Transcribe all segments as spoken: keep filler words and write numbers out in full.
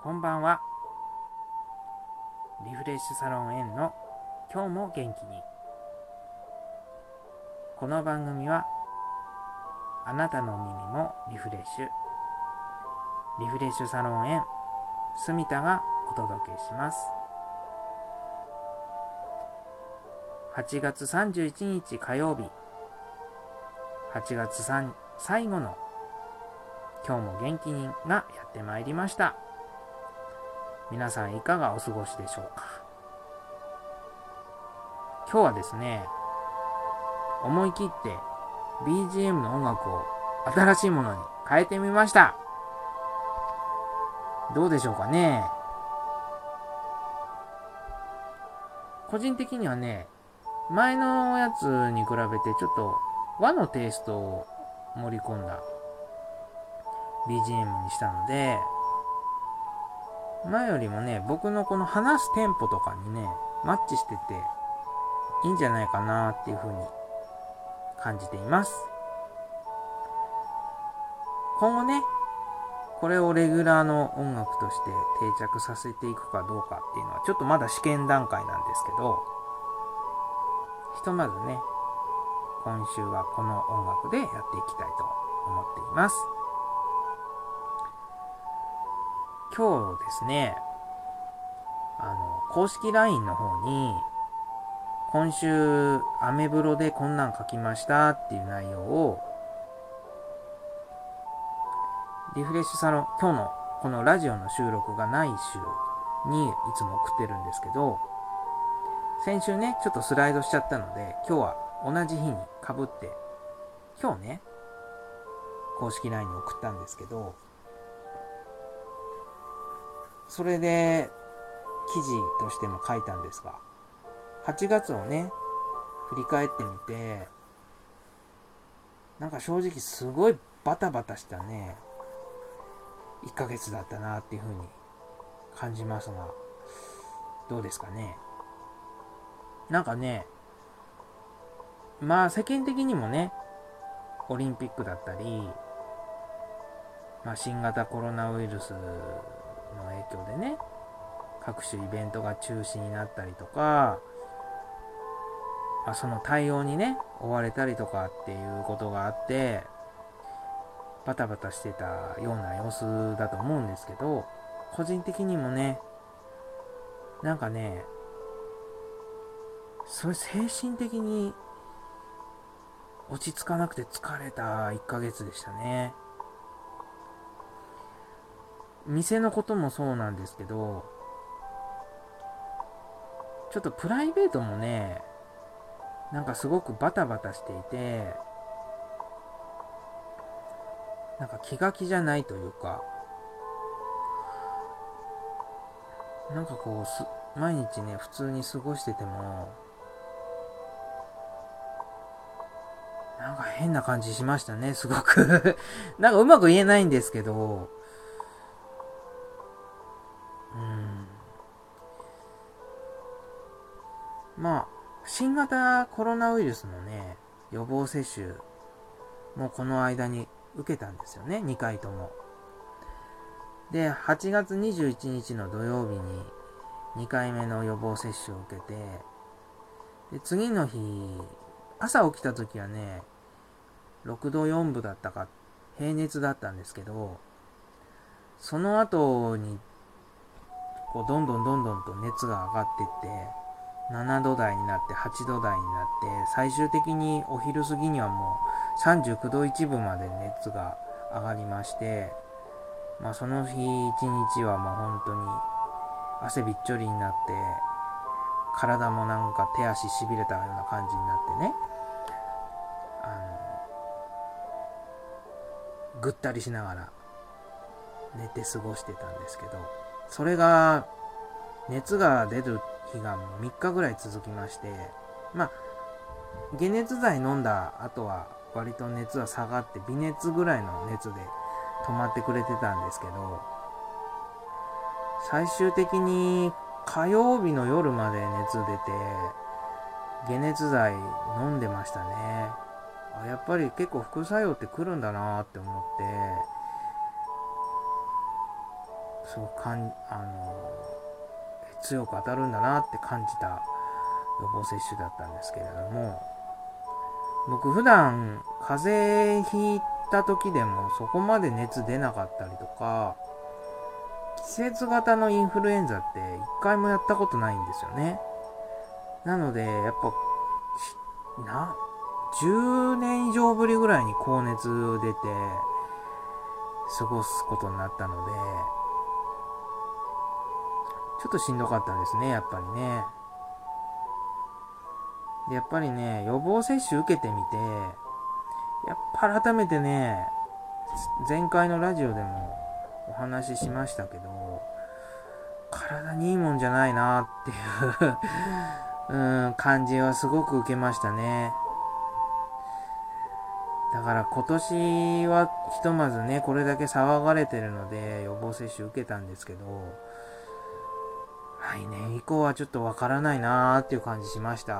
こんばんは。リフレッシュサロン N の今日も元気に。この番組はあなたの耳もリフレッシュリフレッシュサロン N 住田がお届けします。はちがつさんじゅういちにち火曜日、はちがつさん最後の今日も元気にがやってまいりました。皆さんいかがお過ごしでしょうか。今日はですね、思い切って ビージーエム の音楽を新しいものに変えてみました。どうでしょうかね。個人的にはね、前のやつに比べてちょっと和のテイストを盛り込んだ ビージーエム にしたので、前よりもね、僕のこの話すテンポとかにね、マッチしてていいんじゃないかなっていう風に感じています。今後ね、これをレギュラーの音楽として定着させていくかどうかっていうのはちょっとまだ試験段階なんですけど、ひとまずね、今週はこの音楽でやっていきたいと思っています。今日ですね、あの公式 ライン の方に今週アメブロでこんなん書きましたっていう内容をリフレッシュサロン、今日のこのラジオの収録がない週にいつも送ってるんですけど、先週ねちょっとスライドしちゃったので、今日は同じ日にかぶって今日ね公式 ライン に送ったんですけど、それで記事としても書いたんですが、はちがつをね振り返ってみて、なんか正直すごいバタバタしたねいっかげつだったなっていう風に感じますが、どうですかね。なんかね、まあ世間的にもね、オリンピックだったり、まあ、新型コロナウイルスの影響でね、各種イベントが中止になったりとか、まあ、その対応にね追われたりとかっていうことがあって、バタバタしてたような様子だと思うんですけど、個人的にもね、なんかね、それ精神的に落ち着かなくて疲れたいっかげつでしたね。店のこともそうなんですけど、ちょっとプライベートもね、なんかすごくバタバタしていて、なんか気が気じゃないというか、なんかこうす毎日ね普通に過ごしててもなんか変な感じしましたね、すごくなんかうまく言えないんですけど、うーんまあ新型コロナウイルスのね予防接種もこの間に受けたんですよね、にかいとも。ではちがつにじゅういちにちの土曜日ににかいめの予防接種を受けて、で次の日朝起きた時はねろくどよんぶだったか平熱だったんですけど、その後にこうどんどんどんどんと熱が上がっていってななど台になってはちど台になって、最終的にお昼過ぎにはもうさんじゅうきゅうどいちぶまで熱が上がりまして、まあ、その日一日はもう本当に汗びっちょりになって、体もなんか手足しびれたような感じになってね、あのぐったりしながら寝て過ごしてたんですけど、それが熱が出る日がもうみっかぐらい続きまして、まあ解熱剤飲んだ後は割と熱は下がって微熱ぐらいの熱で止まってくれてたんですけど、最終的に火曜日の夜まで熱出て解熱剤飲んでましたね。あ、やっぱり結構副作用ってくるんだなって思って、 すごくかんあの強く当たるんだなって感じた予防接種だったんですけれども、僕普段風邪ひいた時でもそこまで熱出なかったりとか、季節型のインフルエンザって一回もやったことないんですよね。なのでやっぱなじゅうねん以上ぶりぐらいに高熱出て過ごすことになったので、ちょっとしんどかったですね、やっぱりね。でやっぱりね、予防接種受けてみて、やっぱ改めてね、前回のラジオでもお話ししましたけど、体にいいもんじゃないなっていううん感じはすごく受けましたね。だから今年はひとまずね、これだけ騒がれてるので予防接種受けたんですけど、来年以降はちょっとわからないなーっていう感じしました。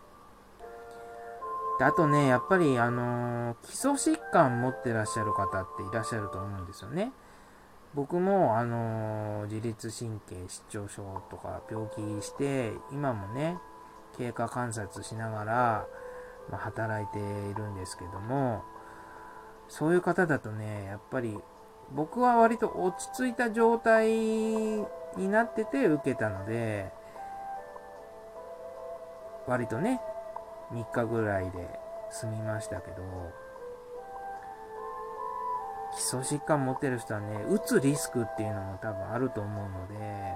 であとね、やっぱりあのー、基礎疾患持ってらっしゃる方っていらっしゃると思うんですよね。僕もあのー、自律神経失調症とか病気して今もね経過観察しながら、まあ、働いているんですけども、そういう方だとね、やっぱり僕は割と落ち着いた状態になってて受けたので、割とねみっかぐらいで済みましたけど、基礎疾患持ってる人はね、うつリスクっていうのも多分あると思うので、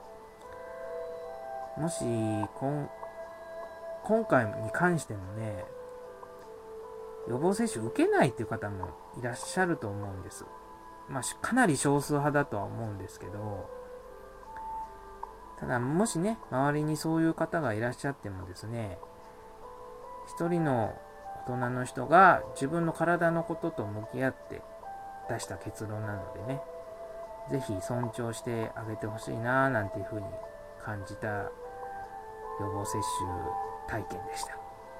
もし今今回に関してもね、予防接種受けないっていう方もいらっしゃると思うんです。まあかなり少数派だとは思うんですけど、ただもしね周りにそういう方がいらっしゃってもですね、一人の大人の人が自分の体のことと向き合って出した結論なのでね、ぜひ尊重してあげてほしいななんていうふうに感じた予防接種体験でした。はい、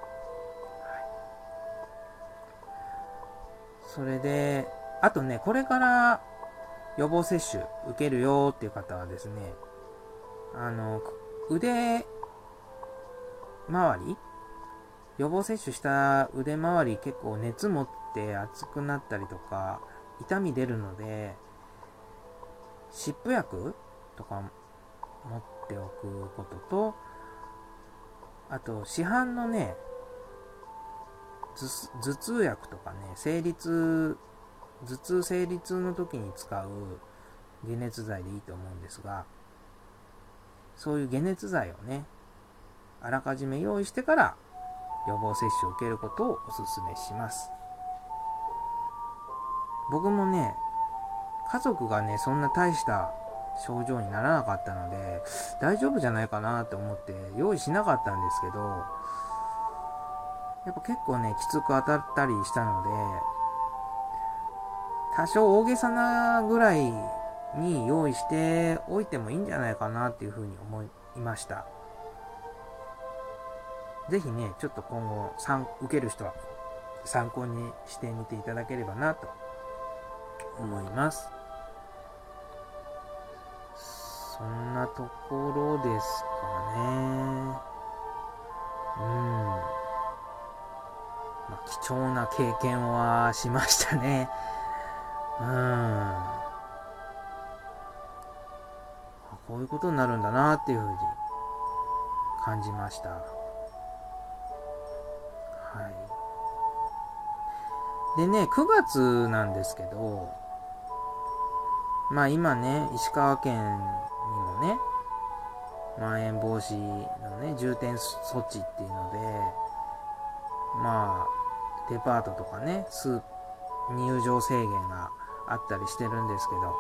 それであとね、これから予防接種受けるよっていう方はですね、あの腕周り、予防接種した腕周り結構熱持って熱くなったりとか痛み出るので、湿布薬とか持っておくことと、あと市販のね頭痛薬とかね、生理痛頭痛生理痛の時に使う解熱剤でいいと思うんですが、そういう解熱剤をねあらかじめ用意してから予防接種を受けることをお勧めします。僕もね、家族がねそんな大した症状にならなかったので大丈夫じゃないかなと思って用意しなかったんですけど、やっぱ結構ねきつく当たったりしたので、多少大げさなぐらいに用意しておいてもいいんじゃないかなっていうふうに思いました。ぜひね、ちょっと今後受ける人は参考にしてみていただければなと思います。そんなところですかね。うん。まあ、貴重な経験はしましたね。うん。こういうことになるんだなっていうふうに感じました。はい。でね、くがつなんですけど、まあ今ね、石川県にもね、まん延防止のね、重点措置っていうので、まあ、デパートとかね、スー入場制限があったりしてるんですけど、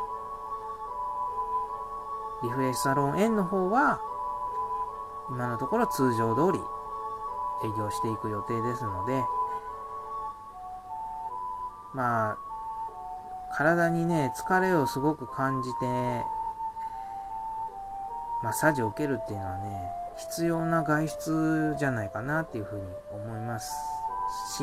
リフレッシュサロン N の方は、今のところ通常通り営業していく予定ですので、まあ、体にね、疲れをすごく感じて、マッサージを受けるっていうのはね、必要な外出じゃないかなっていうふうに思いますし、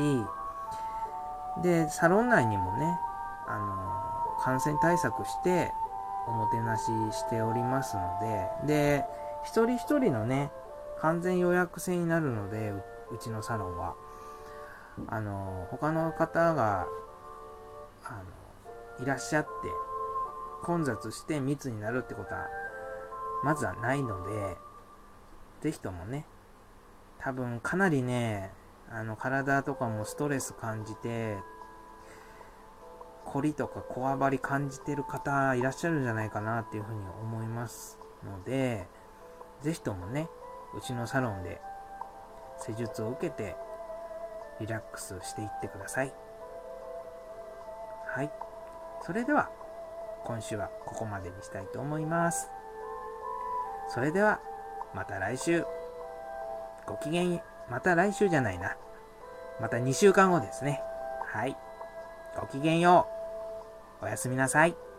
で、サロン内にもね、あの、感染対策して、 おもてなししておりますので、で、一人一人のね、完全予約制になるので、う, うちのサロンは。あの、他の方が、あの、いらっしゃって、混雑して密になるってことは、まずはないので、ぜひともね、多分かなりね、あの、体とかもストレス感じて、凝りとかこわばり感じてる方いらっしゃるんじゃないかなっていうふうに思いますので、ぜひともね、うちのサロンで施術を受けてリラックスしていってください。はい。それでは今週はここまでにしたいと思います。それではまた来週。ごきげん、また来週じゃないな。またにしゅうかんごですね。はい。ごきげんよう。おやすみなさい。